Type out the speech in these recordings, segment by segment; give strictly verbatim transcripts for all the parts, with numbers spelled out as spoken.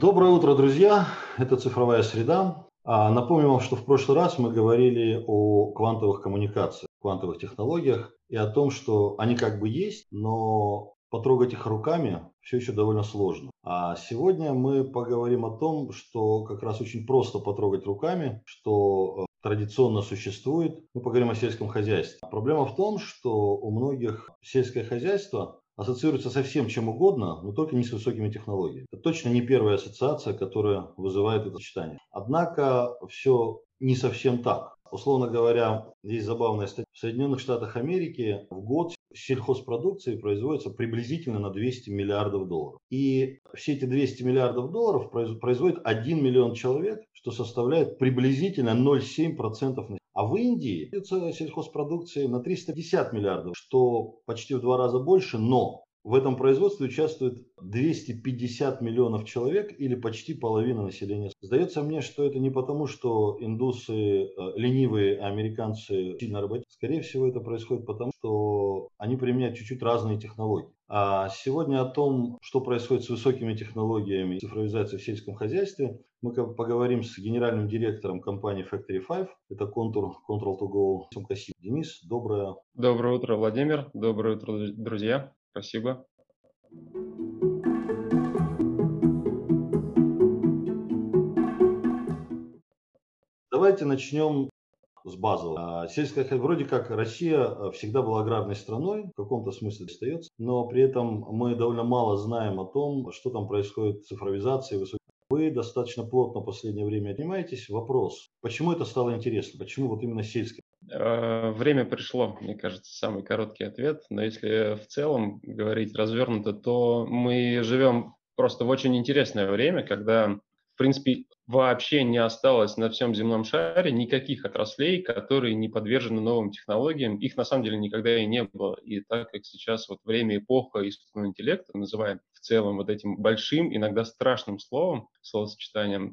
Доброе утро, друзья! Это «Цифровая среда». А, Напомню вам, что в прошлый раз мы говорили о квантовых коммуникациях, квантовых технологиях и о том, что они как бы есть, но потрогать их руками все еще довольно сложно. А сегодня мы поговорим о том, что как раз очень просто потрогать руками, что э, традиционно существует. Мы поговорим о сельском хозяйстве. Проблема в том, что у многих сельское хозяйство ассоциируется со всем чем угодно, но только не с высокими технологиями. Это точно не первая ассоциация, которая вызывает это сочетание. Однако все не совсем так. Условно говоря, есть забавная статья. В Соединенных Штатах Америки в год сельхозпродукции производится приблизительно на двести миллиардов долларов. И все эти двести миллиардов долларов производит один миллион человек, что составляет приблизительно ноль целых семь десятых процента. А в Индии производится сельхозпродукции на триста пятьдесят миллиардов, что почти в два раза больше, но в этом производстве участвует двести пятьдесят миллионов человек или почти половина населения. Сдается мне, что это не потому, что индусы э, ленивые, а американцы сильно работают. Скорее всего, это происходит потому, что они применяют чуть-чуть разные технологии. А сегодня о том, что происходит с высокими технологиями цифровизации в сельском хозяйстве, мы поговорим с генеральным директором компании Factory пять. Это Contour Control to Go. Денис, доброе. Доброе утро, Владимир. Доброе утро, друзья. Спасибо. Давайте начнем с базового. А, Сельское хозяйство, вроде как Россия а, всегда была аграрной страной, в каком-то смысле остается, но при этом мы довольно мало знаем о том, что там происходит с цифровизацией. высокой- Вы достаточно плотно в последнее время занимаетесь. Вопрос, почему это стало интересно? Почему вот именно сельское? Э, Время пришло, мне кажется, самый короткий ответ. Но если в целом говорить развернуто, то мы живем просто в очень интересное время, когда, в принципе, вообще не осталось на всем земном шаре никаких отраслей, которые не подвержены новым технологиям. Их на самом деле никогда и не было. И так как сейчас вот время, эпоха искусственного интеллекта, называем в целом вот этим большим, иногда страшным словом, словосочетанием,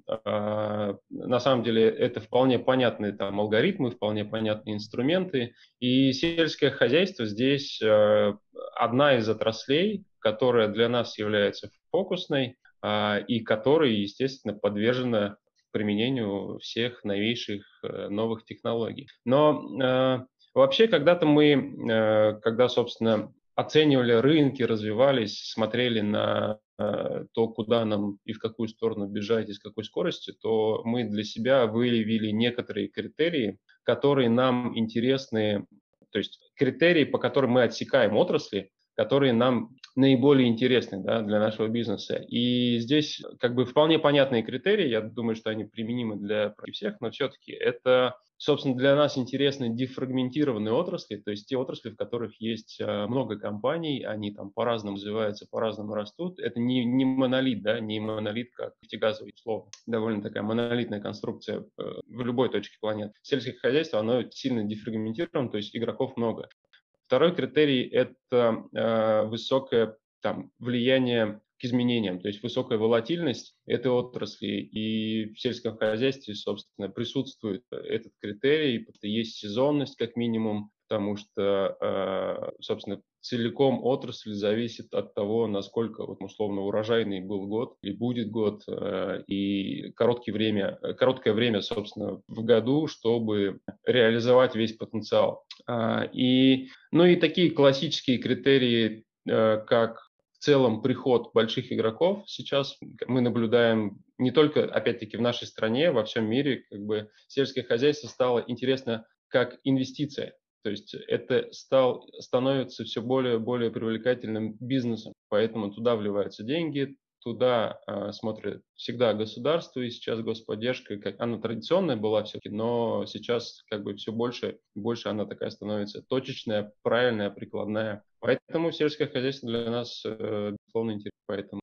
а, на самом деле это вполне понятные там алгоритмы, вполне понятные инструменты. И сельское хозяйство здесь э, одна из отраслей, которая для нас является фокусной, а, и которая, естественно, подвержена применению всех новейших э, новых технологий. Но э, вообще когда-то мы, э, когда, собственно, оценивали рынки, развивались, смотрели на э, то, куда нам и в какую сторону бежать и с какой скоростью, то мы для себя выявили некоторые критерии, которые нам интересны, то есть критерии, по которым мы отсекаем отрасли, которые нам наиболее интересны, да, для нашего бизнеса. И здесь как бы вполне понятные критерии, я думаю, что они применимы для всех, но все-таки это, собственно, для нас интересны дефрагментированные отрасли, то есть те отрасли, в которых есть э, много компаний, они там по-разному развиваются, по-разному растут. Это не, не монолит, да, не монолит, как нефтегазовый, условно. Довольно такая монолитная конструкция э, в любой точке планеты. Сельское хозяйство, оно сильно дефрагментировано, то есть игроков много. Второй критерий – это э, высокое там, влияние к изменениям, то есть высокая волатильность этой отрасли. И в сельском хозяйстве, собственно, присутствует этот критерий, потому что есть сезонность как минимум, потому что, э, собственно, целиком отрасль зависит от того, насколько, вот, условно, урожайный был год или будет год, э, и короткое время, короткое время, собственно, в году, чтобы реализовать весь потенциал. А, И ну и такие классические критерии, э, как в целом приход больших игроков. Сейчас мы наблюдаем не только, опять-таки, в нашей стране, во всем мире, как бы сельское хозяйство стало интересно как инвестиция. То есть это стал, становится все более и более привлекательным бизнесом. Поэтому туда вливаются деньги, туда э, смотрит всегда государство, и сейчас господдержка, как она традиционная была все-таки, но сейчас как бы все больше и больше она такая становится точечная, правильная, прикладная. Поэтому сельское хозяйство для нас, э, безусловно, интересно. Поэтому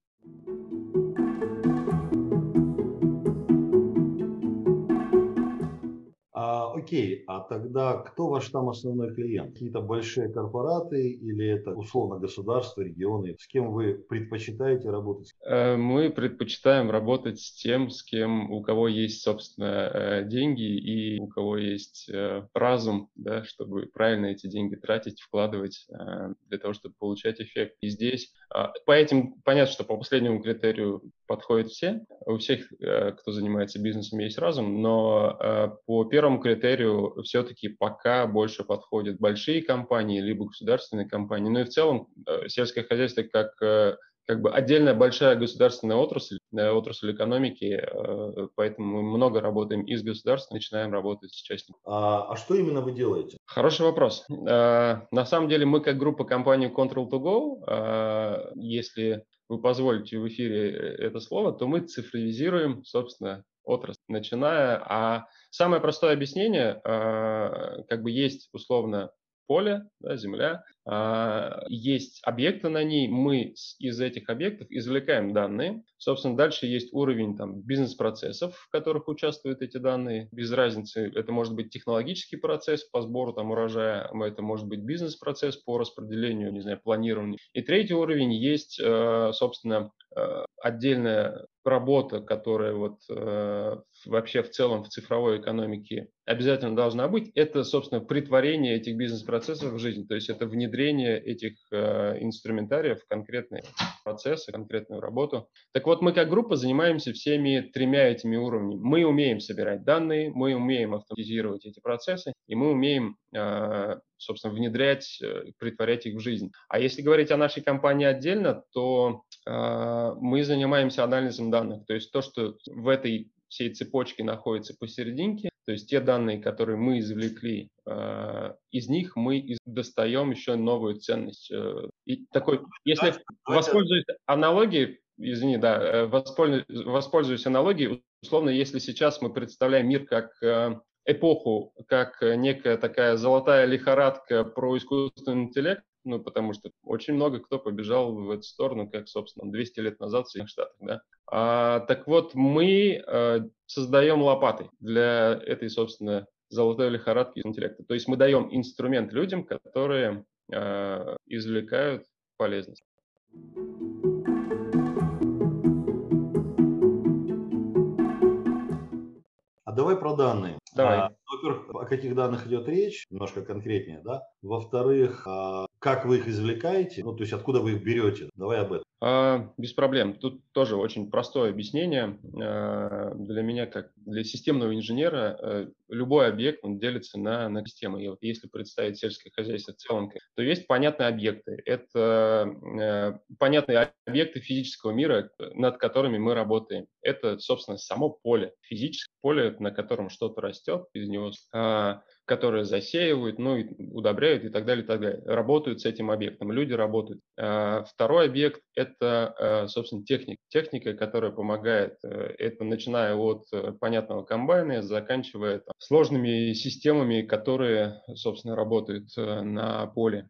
А, окей, а тогда кто ваш там основной клиент? Какие-то большие корпораты или это условно государство, регионы? С кем вы предпочитаете работать? Э, Мы предпочитаем работать с тем, с кем, у кого есть, собственно, э, деньги и у кого есть э, разум, да, чтобы правильно эти деньги тратить, вкладывать э, для того, чтобы получать эффект. И здесь а, по этим понятно, что по последнему критерию подходят все. У всех, э, кто занимается бизнесом, есть разум, но э, по первому критерию все-таки пока больше подходят большие компании, либо государственные компании. Ну и в целом э, сельское хозяйство как э, как бы отдельная большая государственная отрасль, э, отрасль экономики, э, поэтому мы много работаем и с государством, начинаем работать с частниками. А, а что именно вы делаете? Хороший вопрос. Э, На самом деле мы как группа компании Control to Go, э, если вы позволите в эфире это слово, то мы цифровизируем, собственно, отрасль, начиная. А самое простое объяснение, э, как бы есть условно поле, да, земля, а, есть объекты на ней, мы с- из этих объектов извлекаем данные. Собственно, дальше есть уровень там, бизнес-процессов, в которых участвуют эти данные. Без разницы, это может быть технологический процесс по сбору там, урожая, это может быть бизнес-процесс по распределению, не знаю, планированию. И третий уровень есть, э, собственно, э, отдельная работа, которая вот э, вообще в целом в цифровой экономике обязательно должна быть, это, собственно, притворение этих бизнес-процессов в жизнь. То есть это внедрение этих э, инструментариев в конкретные процессы, конкретную работу. Так вот, мы как группа занимаемся всеми тремя этими уровнями. Мы умеем собирать данные, мы умеем автоматизировать эти процессы, и мы умеем, э, собственно, внедрять, э, притворять их в жизнь. А если говорить о нашей компании отдельно, то э, мы занимаемся анализом данных. То есть то, что в этой всей цепочке находится посерединке, то есть те данные, которые мы извлекли, э, из них мы из- достаем еще новую ценность. Э, и такой, если Давайте, давайте воспользуюсь аналогией, извини, да, э, воспользуюсь, воспользуюсь аналогией, условно, если сейчас мы представляем мир как э, эпоху, как э, некая такая золотая лихорадка про искусственный интеллект, ну, потому что очень много кто побежал в эту сторону, как, собственно, двести лет назад в Соединенных Штатах, да. А, так вот, мы э, создаем лопаты для этой, собственно, золотой лихорадки интеллекта. То есть мы даем инструмент людям, которые э, извлекают полезность. А давай про данные. А, Давай. во-первых, о каких данных идет речь, немножко конкретнее, да? Во-вторых, а, как вы их извлекаете, ну, то есть откуда вы их берете? Давай об этом. А, без проблем. Тут тоже очень простое объяснение. А, Для меня, как для системного инженера, э, любой объект он делится на, на системы. И вот если представить сельское хозяйство в целом, то есть понятные объекты. Это э, понятные объекты физического мира, над которыми мы работаем. Это, собственно, само поле, физическое поле, на котором что-то растет, из него а, которые засеивают, ну, и удобряют и так далее, и так далее. Работают с этим объектом, люди работают. А, Второй объект– это, э, собственно, техника. Техника, которая помогает, э, это начиная от э, понятного комбайна, заканчивая там, сложными системами, которые, собственно, работают э, на поле.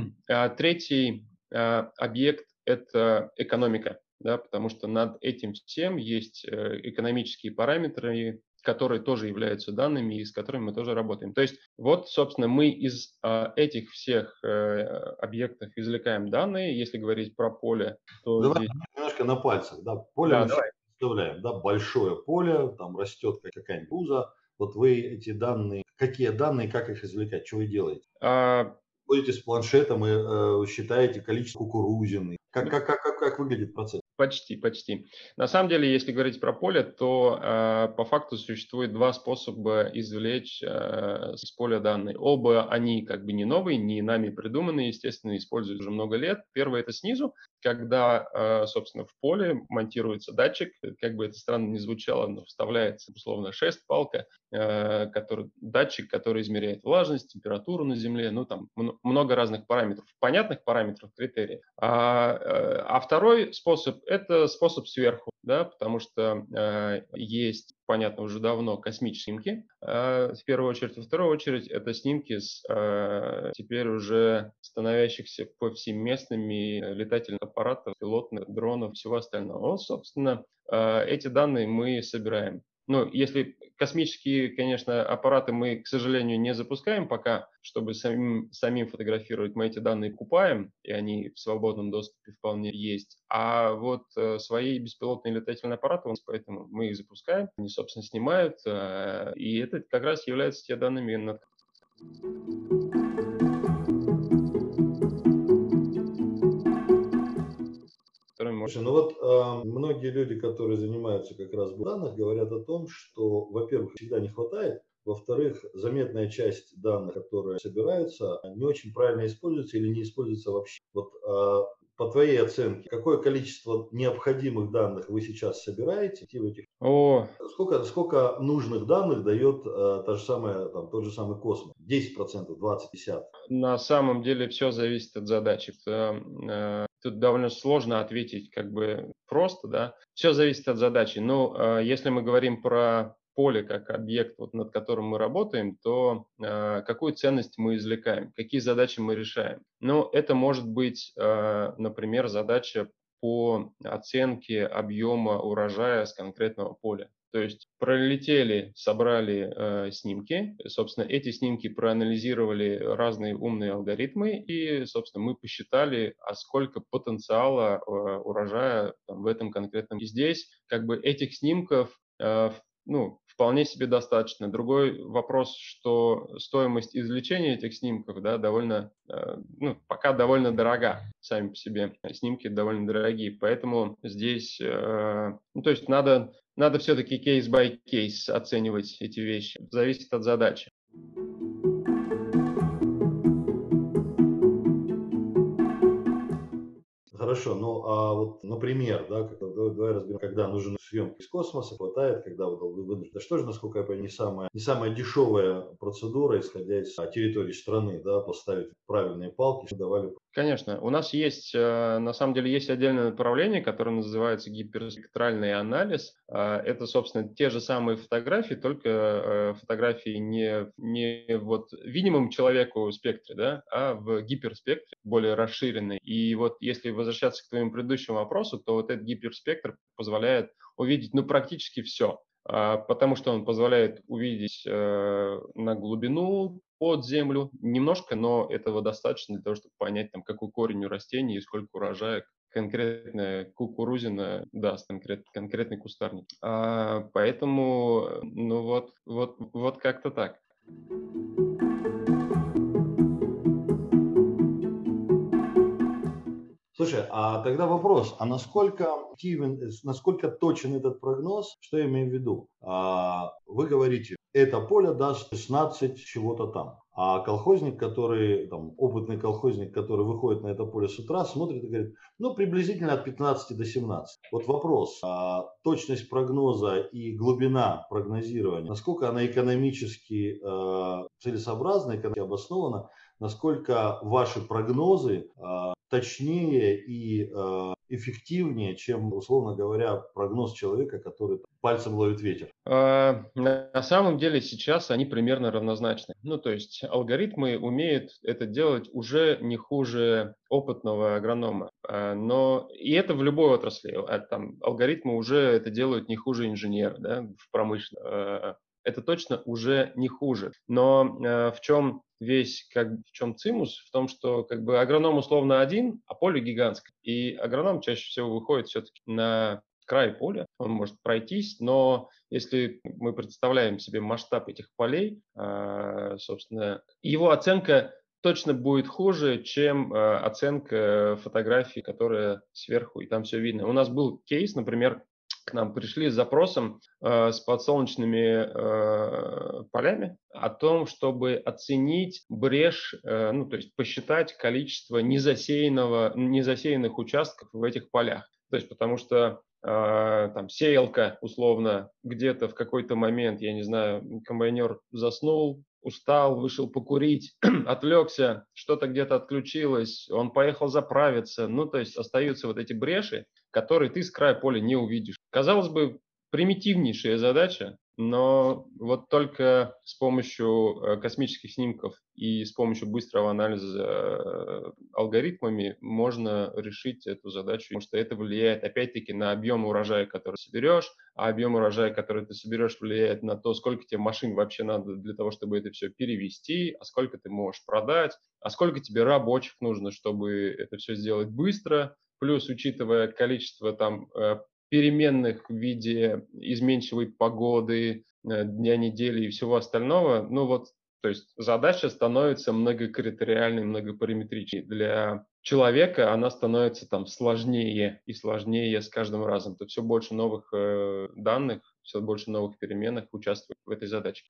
А третий э, объект– это экономика, да, потому что над этим всем есть э, экономические параметры, которые тоже являются данными и с которыми мы тоже работаем. То есть вот, собственно, мы из а, этих всех э, объектов извлекаем данные. Если говорить про поле, Ну, то давай здесь... немножко на пальцах, да? Поле Да, мы все давай. представляем, да? Большое поле, там растет какая-нибудь буза. Вот вы эти данные, какие данные, как их извлекать, что вы делаете? А, Ходите с планшетом и э, считаете количество кукурузины. Как, ну, как, как, как, как выглядит процесс? Почти, почти. На самом деле, если говорить про поле, то э, по факту существует два способа извлечь э, с поля данные. Оба они как бы не новые, не нами придуманные, естественно, используют уже много лет. Первое это снизу, когда, э, собственно, в поле монтируется датчик, как бы это странно не звучало, но вставляется условно шест, палка, э, который, датчик, который измеряет влажность, температуру на земле, ну там м- много разных параметров, понятных параметров, критериев. А, э, а второй способ– это способ сверху, да, потому что э, есть, понятно, уже давно космические снимки, э, в первую очередь. Во вторую очередь это снимки с э, теперь уже становящихся повсеместными летательных аппаратов, пилотных дронов, всего остального. Вот, собственно, э, эти данные мы собираем. Ну, если космические, конечно, аппараты мы, к сожалению, не запускаем пока, чтобы самим, самим фотографировать, мы эти данные купаем, и они в свободном доступе вполне есть. А вот э, свои беспилотные летательные аппараты, вот поэтому мы их запускаем, они, собственно, снимают, э, и это как раз является те данными, над которыми можно... Слушай, ну вот э, многие люди, которые занимаются как раз данных, говорят о том, что, во-первых, всегда не хватает, во-вторых, заметная часть данных, которые собираются, не очень правильно используются или не используются вообще. Вот э, по твоей оценке, какое количество необходимых данных вы сейчас собираете в этих... О, Сколько, сколько нужных данных дает э, та же самая, там, тот же самый космос? десять процентов, двадцать, пятьдесят? на самом деле все зависит от задачи. Это, э, Тут довольно сложно ответить как бы просто, да. Все зависит от задачи. Но э, если мы говорим про поле как объект, вот, над которым мы работаем, то э, какую ценность мы извлекаем, какие задачи мы решаем. Ну, это может быть, э, например, задача по оценке объема урожая с конкретного поля. То есть пролетели, собрали э, снимки, собственно, эти снимки проанализировали разные умные алгоритмы, и, собственно, мы посчитали, а сколько потенциала э, урожая там, в этом конкретном. И здесь как бы этих снимков э, ну, вполне себе достаточно. Другой вопрос, что стоимость извлечения этих снимков, да, довольно, э, ну, пока довольно дорога. Сами по себе снимки довольно дорогие, поэтому здесь, э, ну, то есть надо, надо все-таки кейс-бай кейс оценивать эти вещи. Зависит от задачи. Хорошо, ну а вот, например, да, как- давай, давай разберем, когда нужны съемки из космоса, хватает, когда вы вы вынуждены. Да что же, насколько я понимаю, не самая, не самая дешевая процедура, исходя из а, территории страны, да, поставить правильные палки, чтобы давали. Конечно, у нас есть, э, на самом деле, есть отдельное направление, которое называется гиперспектральный анализ. А, Это, собственно, те же самые фотографии, только э, фотографии не, не вот видимым человеку спектре, да, а в гиперспектре, более расширенный. И вот если возвращаться к твоему предыдущему вопросу, то вот этот гиперспектр позволяет увидеть, ну, практически все. А, потому что он позволяет увидеть э, на глубину под землю немножко, но этого достаточно для того, чтобы понять, там, какой корень у растений и сколько урожая конкретная кукурузина даст, конкрет, конкретный кустарник. А, поэтому, э, ну вот, вот, вот как-то так. Слушай, а тогда вопрос, а насколько активен, э, насколько точен этот прогноз, что я имею в виду? А, вы говорите, это поле даст шестнадцать чего-то там, а колхозник, который, там, опытный колхозник, который выходит на это поле с утра, смотрит и говорит, ну, приблизительно от пятнадцати до семнадцати. Вот вопрос, а точность прогноза и глубина прогнозирования, насколько она экономически э, целесообразна, экономически обоснована, насколько ваши прогнозы э, точнее и э, эффективнее, чем, условно говоря, прогноз человека, который там, пальцем ловит ветер. А, На на самом деле сейчас они примерно равнозначны. Ну, то есть алгоритмы умеют это делать уже не хуже опытного агронома. А, Но и это в любой отрасли. А там алгоритмы уже это делают не хуже инженера, да, в промышленном. А, Это точно уже не хуже. Но э, в чем весь, как бы, в чем цимус? В том, что как бы агроном условно один, а поле гигантское. И агроном чаще всего выходит все-таки на край поля, он может пройтись, но если мы представляем себе масштаб этих полей, а, собственно, его оценка точно будет хуже, чем а, оценка фотографии, которая сверху, и там все видно. У нас был кейс, например, к нам пришли с запросом э, с подсолнечными э, полями о том, чтобы оценить брешь, э, ну, то есть посчитать количество незасеянного, незасеянных участков в этих полях. То есть потому что э, там сеялка, условно, где-то в какой-то момент, я не знаю, комбайнер заснул, устал, вышел покурить, отвлекся, что-то где-то отключилось, он поехал заправиться. Ну, то есть остаются вот эти бреши, которые ты с края поля не увидишь. Казалось бы, примитивнейшая задача, Но вот только с помощью э, космических снимков и с помощью быстрого анализа э, алгоритмами можно решить эту задачу, потому что это влияет опять-таки на объем урожая, который соберешь, а объем урожая, который ты соберешь, влияет на то, сколько тебе машин вообще надо для того, чтобы это все перевести, а сколько ты можешь продать, а сколько тебе рабочих нужно, чтобы это все сделать быстро. Плюс, учитывая количество там э, переменных в виде изменчивой погоды, э, дня недели и всего остального, ну вот, то есть задача становится многокритериальной, многопараметричной. Для человека она становится там сложнее и сложнее с каждым разом. То все больше новых э, данных, все больше новых переменных участвует в этой задаче.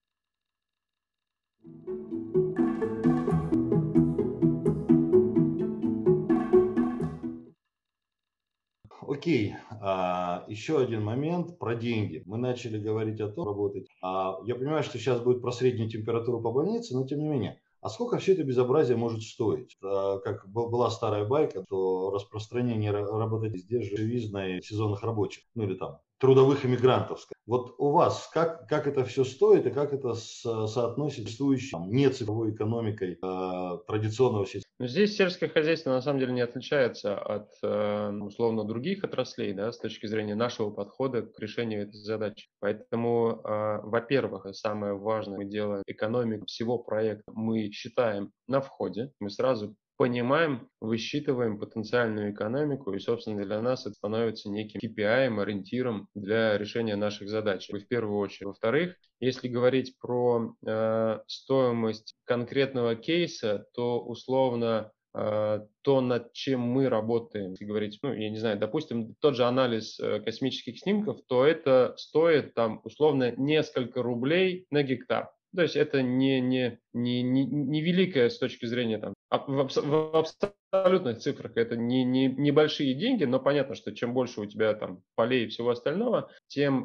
Окей, а, еще один момент про деньги. Мы начали говорить о том, работать. А, я понимаю, что сейчас будет про среднюю температуру по больнице, но тем не менее. А сколько все это безобразие может стоить? А, как б- была старая байка, то распространение ра- работать здесь же визной сезонных рабочих, ну или там трудовых иммигрантов. скажем. Вот у вас как, как это все стоит и как это со- соотносится с существующей там, не цифровой экономикой а, традиционного сельского? Но здесь сельское хозяйство на самом деле не отличается от э, условно других отраслей, да, с точки зрения нашего подхода к решению этой задачи. Поэтому, э, во-первых, самое важное, мы делаем экономику всего проекта, мы считаем на входе, мы сразу понимаем, высчитываем потенциальную экономику, и, собственно, для нас это становится неким кей пи ай, ориентиром для решения наших задач, в первую очередь. Во-вторых, если говорить про э, стоимость конкретного кейса, то условно э, то, над чем мы работаем, если говорить, ну, я не знаю, допустим, тот же анализ э, космических снимков, то это стоит там условно несколько рублей на гектар. То есть это не, не, не, не, не великая с точки зрения там, аб- в, абс- в абсолютных цифрах это не, не, небольшие деньги, но понятно, что чем больше у тебя там полей и всего остального, тем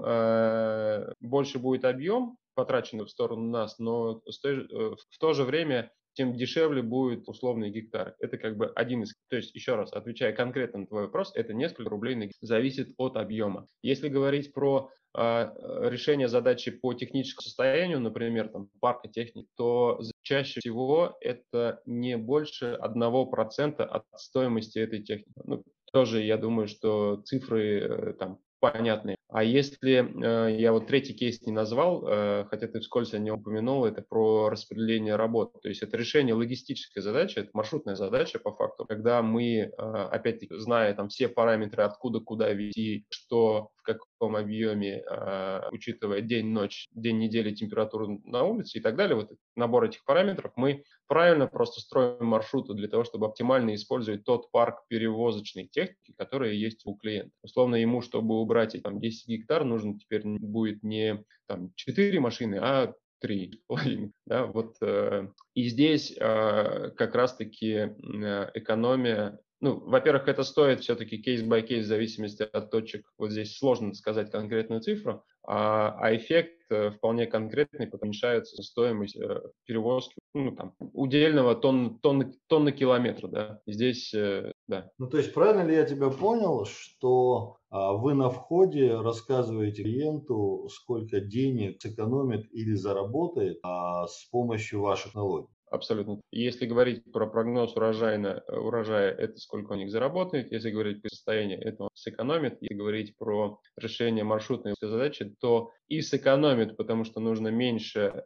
э, больше будет объем потраченный в сторону нас, но с той же- э, в то же время тем дешевле будет условный гектар. Это как бы один из... То есть, еще раз, отвечая конкретно на твой вопрос, это несколько рублей на гектар. Зависит от объема. Если говорить про а, решение задачи по техническому состоянию, например, там, парка техники, то чаще всего это не больше одного процента от стоимости этой техники. Ну, тоже, я думаю, что цифры э, там понятные. А если э, я вот третий кейс не назвал, э, хотя ты вскользь о нем упомянул, это про распределение работ. То есть это решение логистической задачи, это маршрутная задача по факту, когда мы, э, опять-таки, зная там все параметры, откуда куда везти, что в каком объеме, э, учитывая день, ночь, день недели, температуру на улице и так далее, вот набор этих параметров, мы правильно просто строим маршруты для того, чтобы оптимально использовать тот парк перевозочной техники, которая есть у клиента. Условно ему, чтобы убрать эти там, десять гектар, нужно теперь будет не там, четыре машины, а три с половиной. Да, вот, э, и здесь э, как раз-таки э, экономия. Ну, во-первых, это стоит все-таки кейс-бай-кейс в зависимости от точек. Вот здесь сложно сказать конкретную цифру, а, а эффект э, вполне конкретный, потому что уменьшается стоимость э, перевозки, ну, там, удельного тонн, тонны, тонны километра, да. Здесь, э, да. Ну, то есть правильно ли я тебя понял, что а, вы на входе рассказываете клиенту, сколько денег сэкономит или заработает а, с помощью ваших налогов? Абсолютно. Если говорить про прогноз урожайна, урожая, это сколько у них заработает. Если говорить про состояние, это он сэкономит. Если говорить про решение маршрутной задачи, то и сэкономит, потому что нужно меньше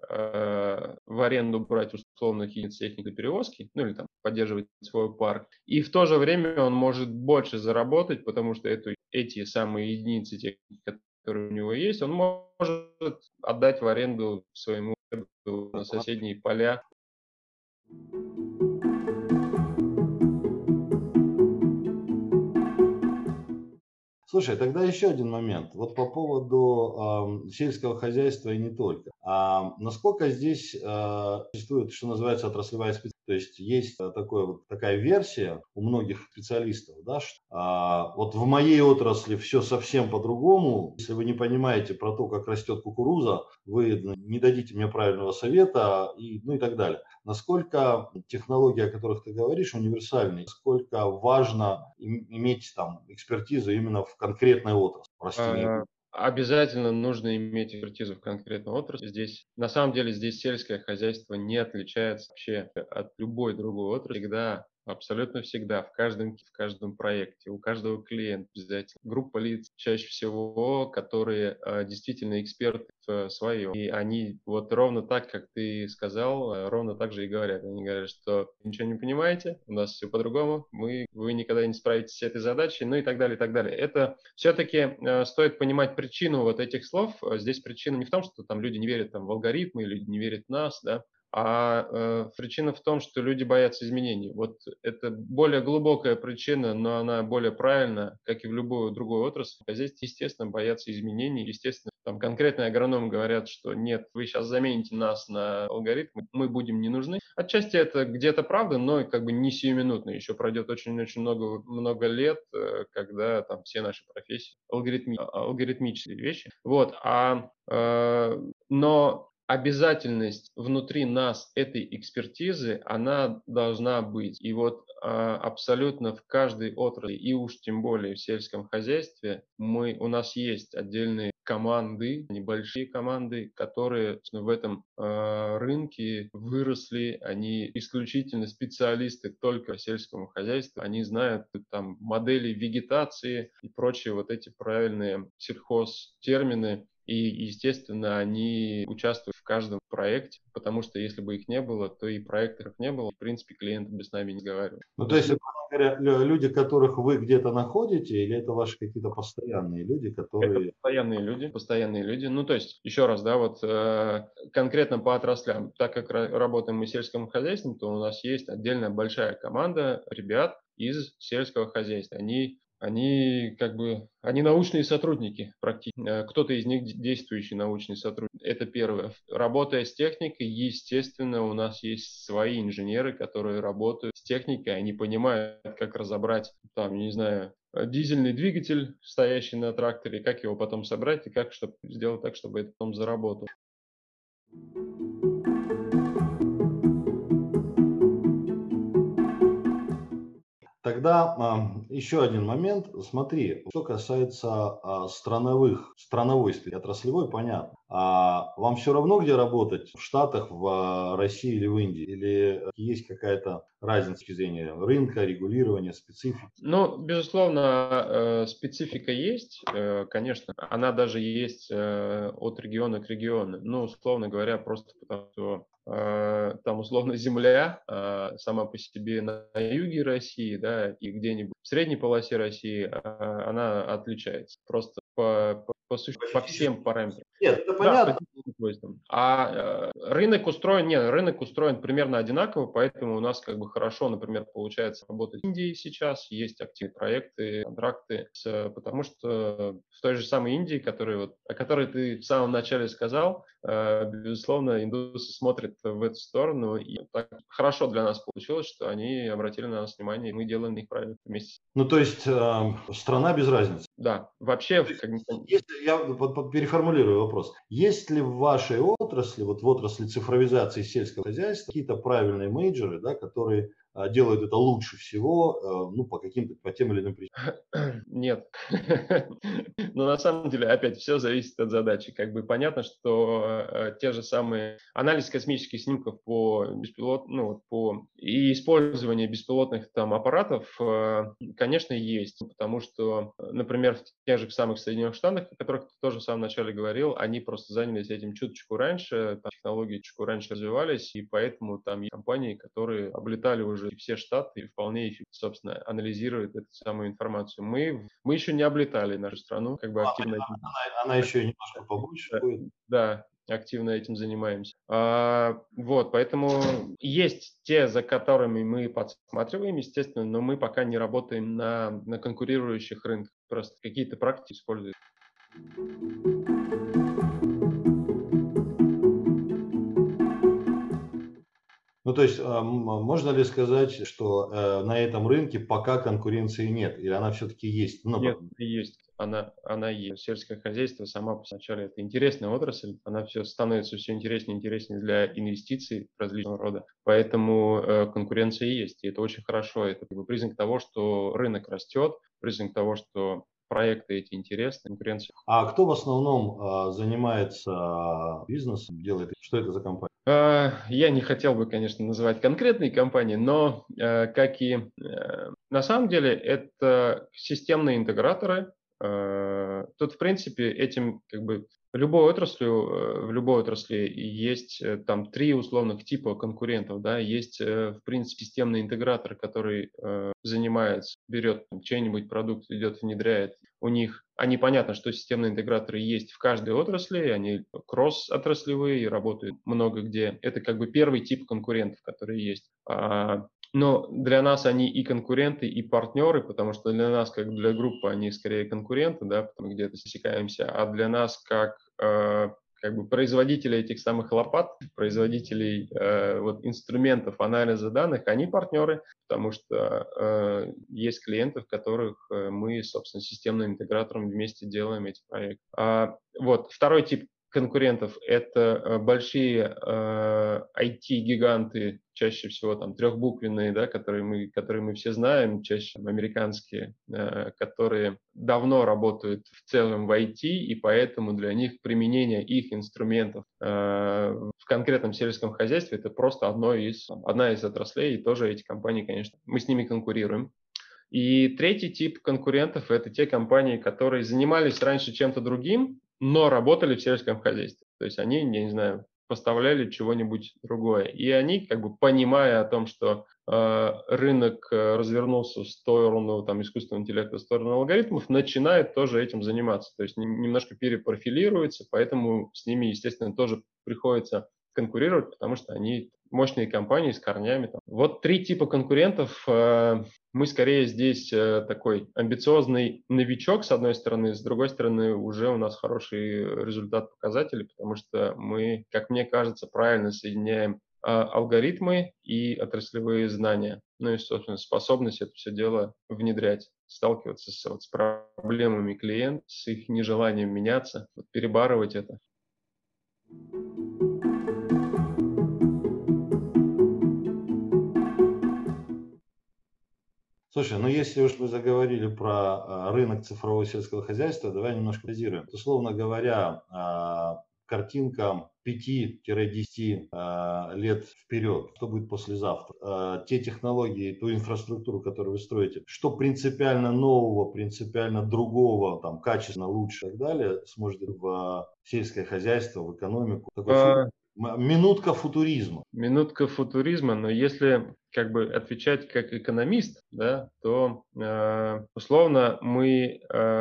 э, в аренду брать условных единиц техники перевозки, ну или там поддерживать свой парк. И в то же время он может больше заработать, потому что эту, эти самые единицы техники, которые у него есть, он может отдать в аренду своему на соседние поля. Слушай, тогда еще один момент. Вот по поводу ам, сельского хозяйства и не только. А насколько здесь а, существует, что называется, отраслевая специальность? То есть есть а, такое, вот, такая версия у многих специалистов, да, что а, вот в моей отрасли все совсем по-другому. Если вы не понимаете про то, как растет кукуруза, вы не дадите мне правильного совета, и, ну и так далее. Насколько технологии, о которых ты говоришь, универсальны, насколько важно им- иметь там экспертизу именно в конкретной отрасли, А, растениевой. Обязательно нужно иметь экспертизу в конкретной отрасли. Здесь, на самом деле, здесь сельское хозяйство не отличается вообще от любой другой отрасли. Всегда, абсолютно всегда, в каждом, в каждом проекте, у каждого клиента обязательно группа лиц, чаще всего, которые э, действительно эксперты в своем. И они вот ровно так, как ты сказал, э, ровно так же и говорят. Они говорят, что ничего не понимаете, у нас все по-другому, мы, вы никогда не справитесь с этой задачей, ну и так далее, и так далее. Это все-таки э, стоит понимать причину вот этих слов. Э, Здесь причина не в том, что там люди не верят там, в алгоритмы, люди не верят в нас, да, а э, причина в том, что люди боятся изменений. Вот это более глубокая причина, но она более правильная, как и в любую другую отрасль. А здесь, естественно, боятся изменений. Естественно, там конкретные агрономы говорят, что нет, вы сейчас замените нас на алгоритмы, мы будем не нужны. Отчасти это где-то правда, но как бы не сиюминутно. Еще пройдет очень-очень много, много лет, э, когда там все наши профессии алгоритми, алгоритмические вещи. Вот, а, э, но обязательность внутри нас этой экспертизы, она должна быть. И вот а, абсолютно в каждой отрасли, и уж тем более в сельском хозяйстве, мы, у нас есть отдельные команды, небольшие команды, которые в этом э, рынке выросли, они исключительно специалисты только сельскому хозяйству, они знают там модели вегетации и прочие вот эти правильные сельхозтермины. И, естественно, они участвуют в каждом проекте, потому что если бы их не было, то и проектов не было. В принципе, клиенты бы с нами не разговаривали. Ну, то есть, это, говоря, лю- люди, которых вы где-то находите, или это ваши какие-то постоянные люди, Это которые... постоянные люди, постоянные люди. Ну, то есть, еще раз, да, вот э, конкретно по отраслям, так как ра- работаем мы в сельском хозяйстве, то у нас есть отдельная большая команда ребят из сельского хозяйства. Они, они как бы, они научные сотрудники практически. Э, Кто-то из них действующий научный сотрудник. Это первое. Работая с техникой, естественно, у нас есть свои инженеры, которые работают с техникой, они понимают, как разобрать, там, я не знаю, дизельный двигатель, стоящий на тракторе, как его потом собрать и как чтобы сделать так, чтобы это потом заработало. Тогда а, еще один момент. Смотри, что касается а, страновых, страновой специфики, отраслевой, понятно. А вам все равно, где работать? В Штатах, в а, России или в Индии? Или есть какая-то разница с точки зрения рынка, регулирования, специфики? Ну, безусловно, э, специфика есть, э, конечно, она даже есть э, от региона к региону. Ну, условно говоря, просто потому что э, там условно земля э, сама по себе на юге России, да, и где-нибудь в средней полосе России э, она отличается просто по, по, по, сущ- По по физическим- всем параметрам. Нет, это Да, по понятно. техническим свойствам. А э, рынок устроен, нет, рынок устроен примерно одинаково, поэтому у нас как бы хорошо, например, получается работать в Индии сейчас, есть активные проекты, контракты, с, потому что в той же самой Индии, который вот, о которой ты в самом начале сказал, э, безусловно, индусы смотрят в эту сторону, и так хорошо для нас получилось, что они обратили на нас внимание, и мы делаем их проект вместе. Ну, то есть э, страна без разницы. Да, вообще, То есть, как бы, если, я вот- вот переформулирую вопрос. Есть ли в вашей отрасли, вот в отрасли цифровизации сельского хозяйства, какие-то правильные менеджеры, да, которые а, делают это лучше всего, а, ну, по каким-то, по тем или иным причинам? нет. Но на самом деле, опять, все зависит от задачи. Как бы понятно, что э, те же самые анализ космических снимков по беспилот, ну, вот по и использование беспилотных там аппаратов, э, конечно, есть, потому что, э, например, в тех же самых Соединенных Штатах, о которых ты тоже в самом начале говорил, они просто занялись этим чуточку раньше, там, технологии чуточку раньше развивались, и поэтому там есть компании, которые облетали уже все штаты и вполне эффективно, собственно, анализируют эту самую информацию. Мы, мы еще не облетали нашу страну, как бы активно этим, Она, она еще немножко побольше да, будет. да, активно этим занимаемся. А, вот, поэтому есть те, за которыми мы подсматриваем, естественно, но мы пока не работаем на, на конкурирующих рынках. Просто какие-то практики используют. Ну, то есть, а, м, можно ли сказать, что э, на этом рынке пока конкуренции нет, или она все-таки есть? Ну, Нет, по- есть. Она, она есть. Сельское хозяйство сама по начале это интересная отрасль, она все становится все интереснее и интереснее для инвестиций различного рода. Поэтому э, конкуренция есть, и это очень хорошо. Это как бы признак того, что рынок растет, признак того, что проекты эти интересны, конкуренция. А кто в основном а, занимается а, бизнесом, делает, что это за компания? А, Я не хотел бы, конечно, называть конкретные компании, но э, как и э, на самом деле это системные интеграторы. Э, Тут, в принципе, этим как бы в любой отрасли, э, в любой отрасли есть э, там три условных типа конкурентов, да, есть, э, в принципе, системный интегратор, который э, занимается, берет там, чей-нибудь продукт, идет, внедряет. У них, они понятно, что системные интеграторы есть в каждой отрасли, они кросс-отраслевые, работают много где. Это как бы первый тип конкурентов, которые есть. А, но для нас они и конкуренты, и партнеры, потому что для нас, как для группы, они скорее конкуренты, да, потому что где-то пересекаемся, а для нас, как э, как бы производителей этих самых лопат, производителей э, вот, инструментов анализа данных, они партнеры, потому что э, есть клиенты, в которых э, мы, собственно, системным интегратором вместе делаем эти проекты. А, вот, второй тип конкурентов – это э, большие э, ай ти-гиганты, чаще всего там трехбуквенные, да, которые, мы, которые мы все знаем, чаще там, американские, э, которые давно работают в целом в ай ти, и поэтому для них применение их инструментов э, в конкретном сельском хозяйстве – это просто одно из, одна из отраслей, и тоже эти компании, конечно, мы с ними конкурируем. И третий тип конкурентов – это те компании, которые занимались раньше чем-то другим, но работали в сельском хозяйстве. То есть они, я не знаю, поставляли чего-нибудь другое. И они, как бы понимая о том, что э, рынок э, развернулся в сторону там, искусственного интеллекта, в сторону алгоритмов, начинают тоже этим заниматься. То есть немножко перепрофилируются, поэтому с ними, естественно, тоже приходится конкурировать, потому что они мощные компании с корнями. Там. Вот три типа конкурентов. Э, мы скорее здесь э, такой амбициозный новичок, с одной стороны, с другой стороны, уже у нас хороший результат показателей, потому что мы, как мне кажется, правильно соединяем э, алгоритмы и отраслевые знания. Ну и, собственно, способность это все дело внедрять, сталкиваться с, вот, с проблемами клиента, с их нежеланием меняться, вот, перебарывать это. Слушай, ну если уж мы заговорили про а, рынок цифрового сельского хозяйства, давай немножко позируем. Условно говоря, а, картинка пяти-десяти а, лет вперед, что будет послезавтра, а, те технологии, ту инфраструктуру, которую вы строите, что принципиально нового, принципиально другого, там, качественно лучше и так далее, сможет в сельское хозяйство, в экономику. Такой фу- м- минутка футуризма. Минутка футуризма, но если как бы отвечать как экономист, да, то э, условно мы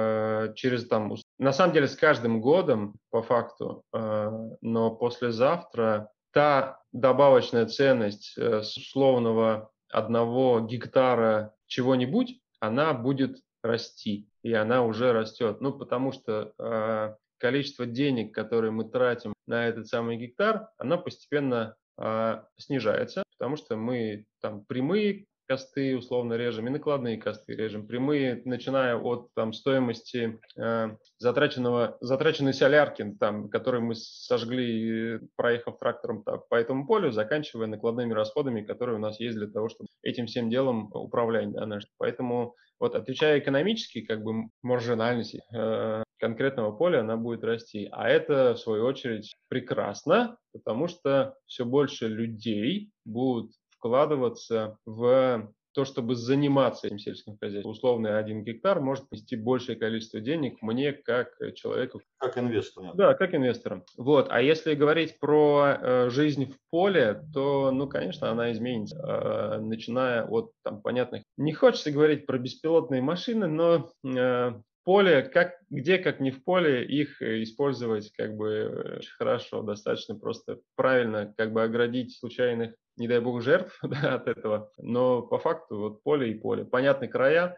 э, через там, ус- на самом деле с каждым годом по факту, э, но послезавтра та добавочная ценность э, с условного одного гектара чего-нибудь, она будет расти, и она уже растет. Ну, потому что э, количество денег, которые мы тратим на этот самый гектар, оно постепенно а, снижается, потому что мы там прямые косты условно режем и накладные косты режем. Прямые, начиная от там, стоимости э, затраченного, затраченной солярки, там, которую мы сожгли, проехав трактором там, по этому полю, заканчивая накладными расходами, которые у нас есть для того, чтобы этим всем делом управлять. Да, наш. Поэтому вот отвечая экономически, как бы маржинальность э, конкретного поля, она будет расти. А это, в свою очередь, прекрасно, потому что все больше людей будут вкладываться в то, чтобы заниматься этим сельским хозяйством. Условно, один гектар может нести большее количество денег мне, как человеку. Как инвестор. Да, как инвесторам. Вот. А если говорить про э, жизнь в поле, то, ну, конечно, она изменится. Э, начиная от, там, понятных... Не хочется говорить про беспилотные машины, но э, поле, как, где, как не в поле, их использовать как бы очень хорошо. Достаточно просто правильно как бы оградить случайных, не дай бог, жертв да, от этого. Но по факту вот поле и поле. Понятны края,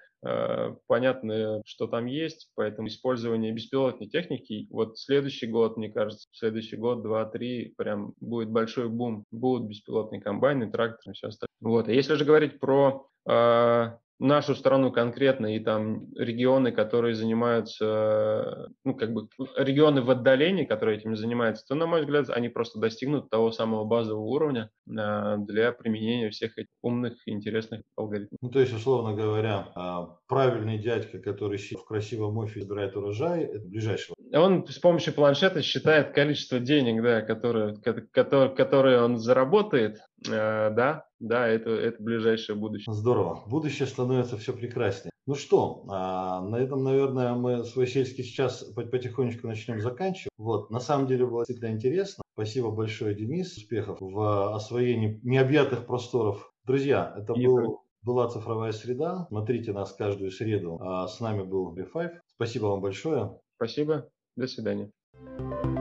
понятно, что там есть, поэтому использование беспилотной техники, вот следующий год, мне кажется, следующий год, два, три, прям будет большой бум, будут беспилотные комбайны, тракторы и все остальное. Вот, а если же говорить про э, нашу страну конкретно и там регионы, которые занимаются, ну, как бы регионы в отдалении, которые этим занимаются, то, на мой взгляд, они просто достигнут того самого базового уровня а, для применения всех этих умных и интересных алгоритмов. Ну, то есть, условно говоря, а, правильный дядька, который сидит в красивом офисе, собирает урожай, это ближайшего. Он с помощью планшета считает количество денег, да, которые, которые, которые он заработает, э, да, да, это, это ближайшее будущее. Здорово. Будущее становится все прекраснее. Ну что, а, на этом, наверное, мы свой сельский час по- потихонечку начнем заканчивать. Вот, на самом деле было действительно интересно. Спасибо большое, Денис. Успехов в освоении необъятных просторов. Друзья, это И был, была цифровая среда. Смотрите нас каждую среду. А с нами был би пять. Спасибо вам большое. спасибо, до свидания.